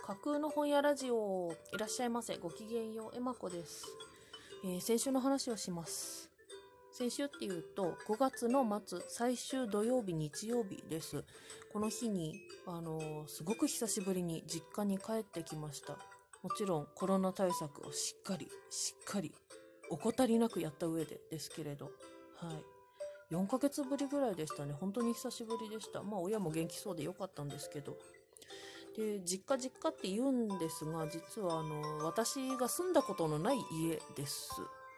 架空の本屋ラジオ、いらっしゃいませ。ごきげんよう、えまこです。先週の話をします。先週っていうと5月の末最終土曜日日曜日です。この日にすごく久しぶりに実家に帰ってきました。もちろんコロナ対策をしっかり怠りなくやった上でですけれど、4ヶ月ぶりぐらいでしたね。本当に久しぶりでした。親も元気そうでよかったんですけど。で、実家って言うんですが、実は私が住んだことのない家です。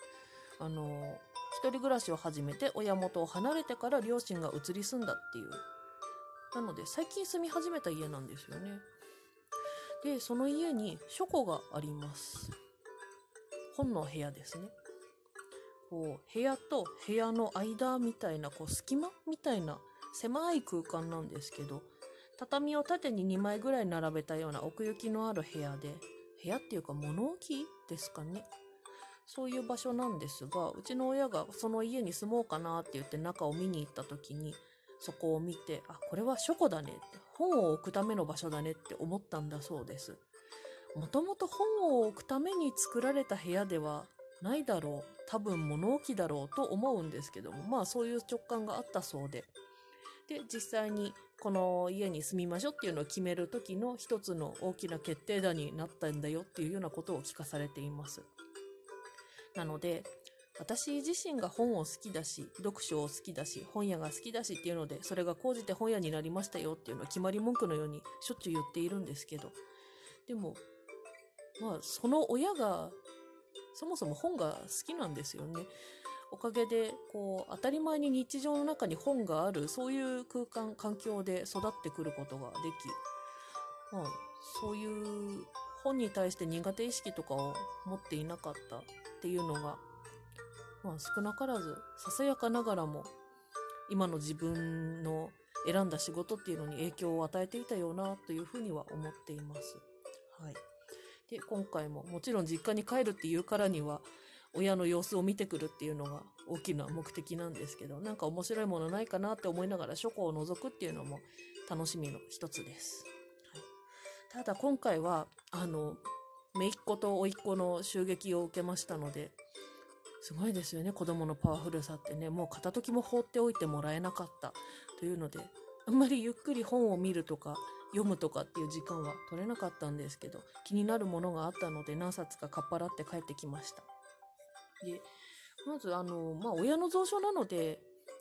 一人暮らしを始めて親元を離れてから両親が移り住んだっていう。なので最近住み始めた家なんですよね。で、その家に書庫があります。本の部屋ですね。こう部屋と部屋の間みたいな隙間みたいな狭い空間なんですけど、畳を縦に2枚ぐらい並べたような奥行きのある部屋で、部屋っていうか物置ですかね。そういう場所なんですが、うちの親がその家に住もうかなって言って中を見に行った時に、そこを見て、これは書庫だねって、本を置くための場所だねって思ったんだそうです。もともと本を置くために作られた部屋ではないだろう、多分物置だろうと思うんですけども、そういう直感があったそうで、で実際にこの家に住みましょうっていうのを決める時の一つの大きな決定打になったんだよっていうようなことを聞かされています。なので私自身が本を好きだし、読書を好きだし、本屋が好きだしっていうので、それが高じて本屋になりましたよっていうのを決まり文句のようにしょっちゅう言っているんですけど、でもその親がそもそも本が好きなんですよね。おかげで当たり前に日常の中に本がある、そういう環境で育ってくることができ、そういう本に対して苦手意識とかを持っていなかったっていうのが、少なからずささやかながらも今の自分の選んだ仕事っていうのに影響を与えていたよなというふうには思っています。で、今回ももちろん実家に帰るっていうからには親の様子を見てくるっていうのが大きな目的なんですけど、なんか面白いものないかなって思いながら書庫を覗くっていうのも楽しみの一つです。ただ今回は姪っ子と甥っ子の襲撃を受けましたので、すごいですよね、子供のパワフルさってね。もう片時も放っておいてもらえなかったというので、あんまりゆっくり本を見るとか読むとかっていう時間は取れなかったんですけど、気になるものがあったので何冊かかっぱらって帰ってきました。で、まず親の蔵書なので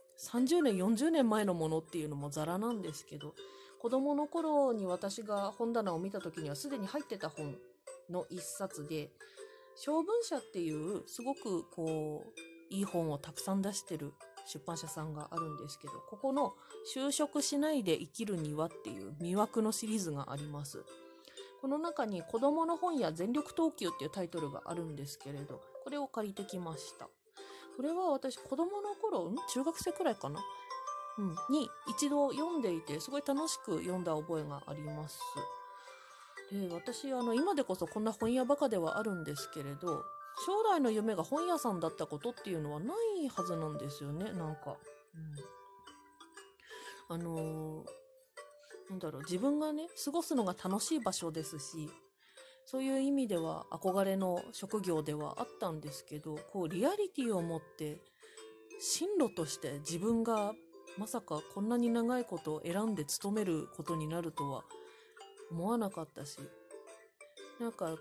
30年40年前のものっていうのもザラなんですけど、子供の頃に私が本棚を見た時にはすでに入ってた本の一冊で、小文社っていうすごくいい本をたくさん出してる出版社さんがあるんですけど、ここの就職しないで生きるにはっていう魅惑のシリーズがあります。この中に子供の本や全力投球っていうタイトルがあるんですけれど、これを借りてきました。これは私子供の頃、中学生くらいかな、に一度読んでいて、すごい楽しく読んだ覚えがあります。で、私今でこそこんな本屋バカではあるんですけれど、将来の夢が本屋さんだったことっていうのはないはずなんですよね。なんか、自分がね過ごすのが楽しい場所ですし、そういう意味では憧れの職業ではあったんですけど、リアリティを持って進路として自分がまさかこんなに長いことを選んで勤めることになるとは思わなかったし、なんか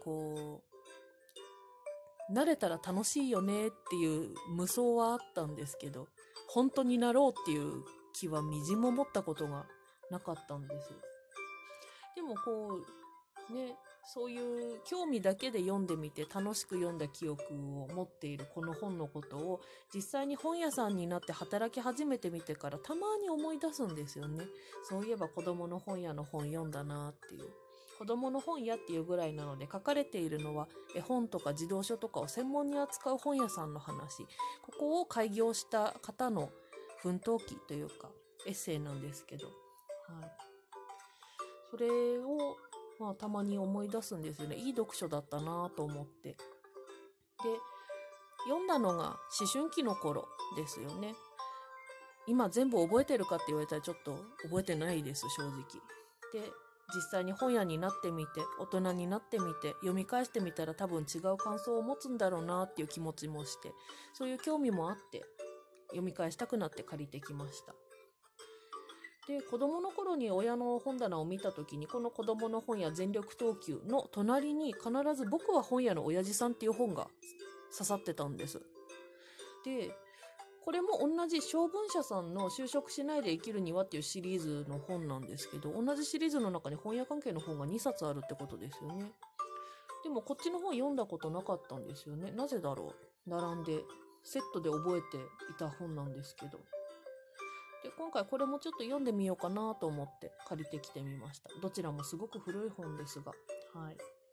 慣れたら楽しいよねっていう無双はあったんですけど、本当になろうっていう気はみじんも持ったことがなかったんです。でもそういう興味だけで読んでみて楽しく読んだ記憶を持っているこの本のことを、実際に本屋さんになって働き始めてみてからたまに思い出すんですよね。そういえば子供の本屋の本読んだなっていう。子供の本屋っていうぐらいなので、書かれているのは絵本とか児童書とかを専門に扱う本屋さんの話。ここを開業した方の奮闘記というかエッセイなんですけど、それをたまに思い出すんですよね。いい読書だったなと思って。で、読んだのが思春期の頃ですよね。今全部覚えてるかって言われたらちょっと覚えてないです、正直。で、 実際に本屋になってみて、大人になってみて、読み返してみたら多分違う感想を持つんだろうなっていう気持ちもして、そういう興味もあって読み返したくなって借りてきました。で、子供の頃に親の本棚を見た時に、この子供の本屋全力投球の隣に必ず僕は本屋の親父さんっていう本が刺さってたんです。で、これも同じ小文社さんの就職しないで生きるにはっていうシリーズの本なんですけど、同じシリーズの中に本屋関係の本が2冊あるってことですよね。でもこっちの本読んだことなかったんですよね。なぜだろう。並んでセットで覚えていた本なんですけど。で、今回これもちょっと読んでみようかなと思って借りてきてみました。どちらもすごく古い本ですが。はい。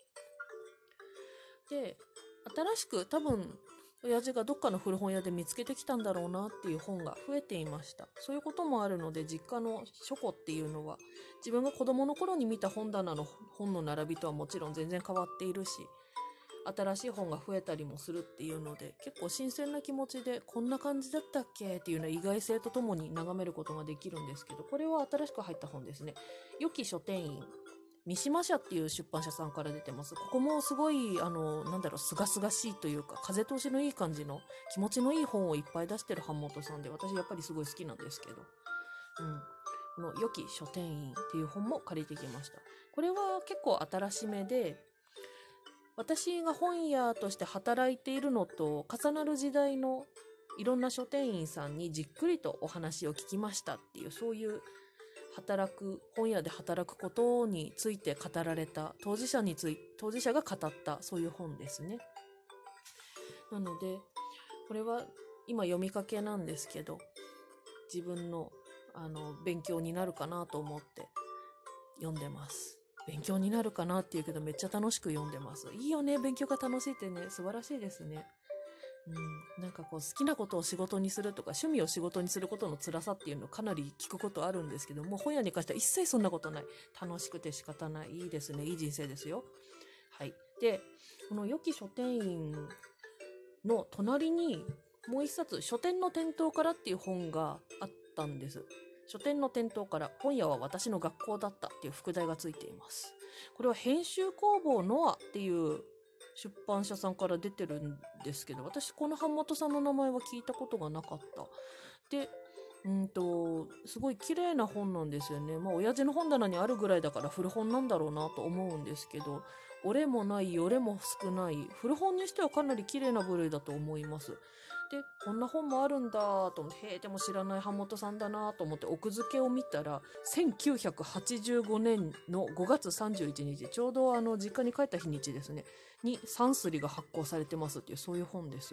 で、新しく多分親父がどっかの古本屋で見つけてきたんだろうなっていう本が増えていました。そういうこともあるので、実家の書庫っていうのは自分が子供の頃に見た本棚の本の並びとはもちろん全然変わっているし、新しい本が増えたりもするっていうので、結構新鮮な気持ちでこんな感じだったっけっていうような意外性とともに眺めることができるんですけど、これは新しく入った本ですね。良き書店員三島社っていう出版社さんから出てます。ここもすごい、すがすがしいというか、風通しのいい感じの、気持ちのいい本をいっぱい出してる版元さんで、私やっぱりすごい好きなんですけど。この良き書店員っていう本も借りてきました。これは結構新しめで、私が本屋として働いているのと重なる時代のいろんな書店員さんにじっくりとお話を聞きましたっていう、そういう本屋で働くことについて語られた当事者が語ったそういう本ですね。なので、これは今読みかけなんですけど、自分の勉強になるかなと思って読んでます。勉強になるかなっていうけどめっちゃ楽しく読んでます。いいよね、勉強が楽しいってね、素晴らしいですね。なんかこう好きなことを仕事にするとか趣味を仕事にすることの辛さっていうのをかなり聞くことあるんですけども、本屋に関しては一切そんなことない。楽しくて仕方ない。いいですね。いい人生ですよ。はい。で、この良き書店員の隣にもう一冊、書店の店頭からっていう本があったんです。書店の店頭から、本屋は私の学校だったっていう副題がついています。これは編集工房ノアっていう出版社さんから出てるんですけど、私この版元さんの名前は聞いたことがなかった。で、すごい綺麗な本なんですよね。まあ親父の本棚にあるぐらいだから古本なんだろうなと思うんですけど、折れもないよれも少ない古本にしてはかなり綺麗な部類だと思います。で、こんな本もあるんだと思って、でも知らない版元さんだなと思って奥付けを見たら、1985年の5月31日、ちょうど実家に帰った日にちですね、に3すりが発行されてますっていう、そういう本です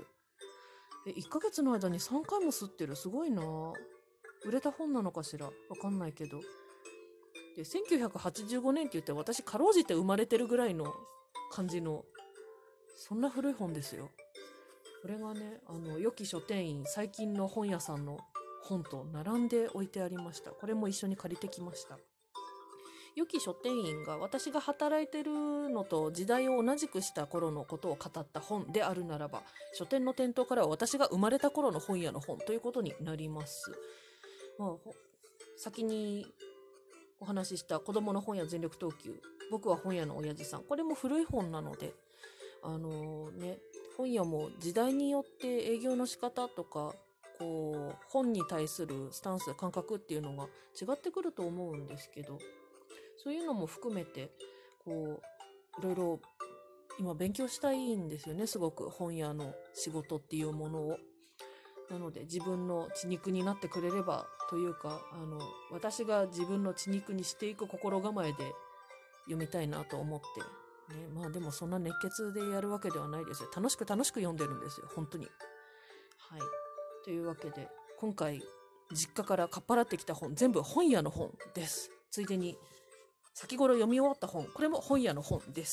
。1ヶ月の間に3回も吸ってる。すごいな。売れた本なのかしら、わかんないけど。で、1985年って言って私かろうじて生まれてるぐらいの感じの、そんな古い本ですよ。これがね、良き書店員、最近の本屋さんの本と並んで置いてありました。これも一緒に借りてきました。良き書店員が私が働いてるのと時代を同じくした頃のことを語った本であるならば、書店の店頭からは私が生まれた頃の本屋の本ということになります。まあ、先にお話しした子供の本屋全力投球、僕は本屋の親父さん、これも古い本なので、本屋も時代によって営業の仕方とか、こう本に対するスタンス感覚っていうのが違ってくると思うんですけど、そういうのも含めてこういろいろ今勉強したいんですよね、すごく本屋の仕事っていうものを。なので自分の血肉になってくれればというか、私が自分の血肉にしていく心構えで読みたいなと思ってね。まあでもそんな熱血でやるわけではないですよ。楽しく読んでるんですよ、本当に。はい。というわけで、今回実家からかっぱらってきた本、全部本屋の本です。ついでに先頃読み終わった本、これも本屋の本です。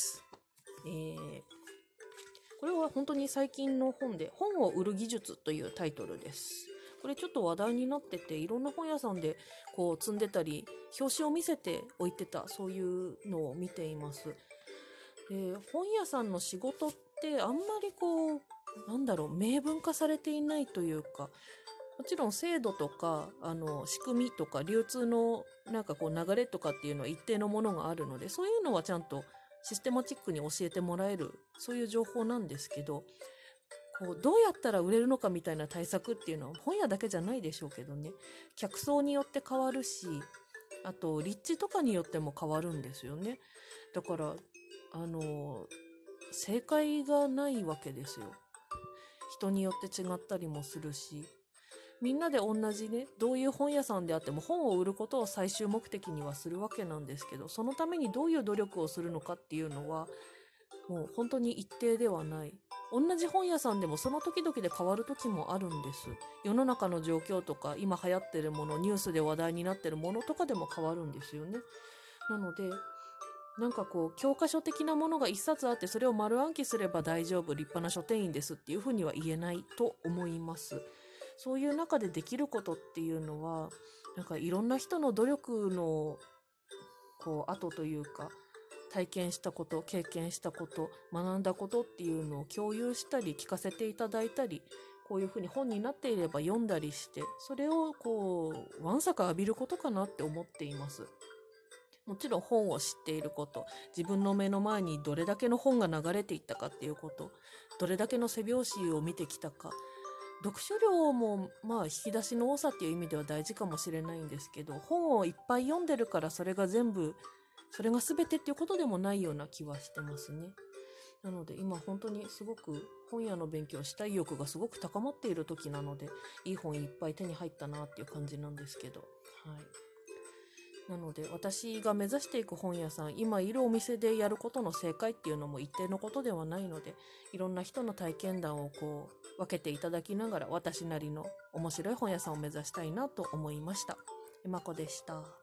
これは本当に最近の本で、本を売る技術というタイトルです。これちょっと話題になってて、いろんな本屋さんでこう積んでたり、表紙を見せて置いてた、そういうのを見ています。で、本屋さんの仕事ってあんまりこう、明文化されていないというか、 もちろん制度とか仕組みとか流通のなんかこう流れとかっていうのは一定のものがあるので、そういうのはちゃんとシステマチックに教えてもらえる、そういう情報なんですけど、こうどうやったら売れるのかみたいな対策っていうのは本屋だけじゃないでしょうけどね、客層によって変わるし、あと立地とかによっても変わるんですよね。だから正解がないわけですよ。人によって違ったりもするし、みんなで同じね、どういう本屋さんであっても本を売ることを最終目的にはするわけなんですけど、そのためにどういう努力をするのかっていうのはもう本当に一定ではない。同じ本屋さんでもその時々で変わる時もあるんです。世の中の状況とか今流行ってるもの、ニュースで話題になってるものとかでも変わるんですよね。なのでなんかこう教科書的なものが一冊あってそれを丸暗記すれば大丈夫、立派な書店員ですっていうふうには言えないと思います。そういう中でできることっていうのはなんかいろんな人の努力のこう後というか、体験したこと、経験したこと、学んだことっていうのを共有したり聞かせていただいたり、こういうふうに本になっていれば読んだりして、それをこうわんさか浴びることかなって思っています。もちろん本を知っていること、自分の目の前にどれだけの本が流れていったかっていうこと、どれだけの背表紙を見てきたか、読書量もまあ引き出しの多さっていう意味では大事かもしれないんですけど、本をいっぱい読んでるからそれが全てっていうことでもないような気はしてますね。なので今本当にすごく本屋の勉強したい意欲がすごく高まっている時なので、いい本いっぱい手に入ったなっていう感じなんですけど、はい。なので私が目指していく本屋さん、今いるお店でやることの正解っていうのも一定のことではないので、いろんな人の体験談をこう分けていただきながら、私なりの面白い本屋さんを目指したいなと思いました。まこでした。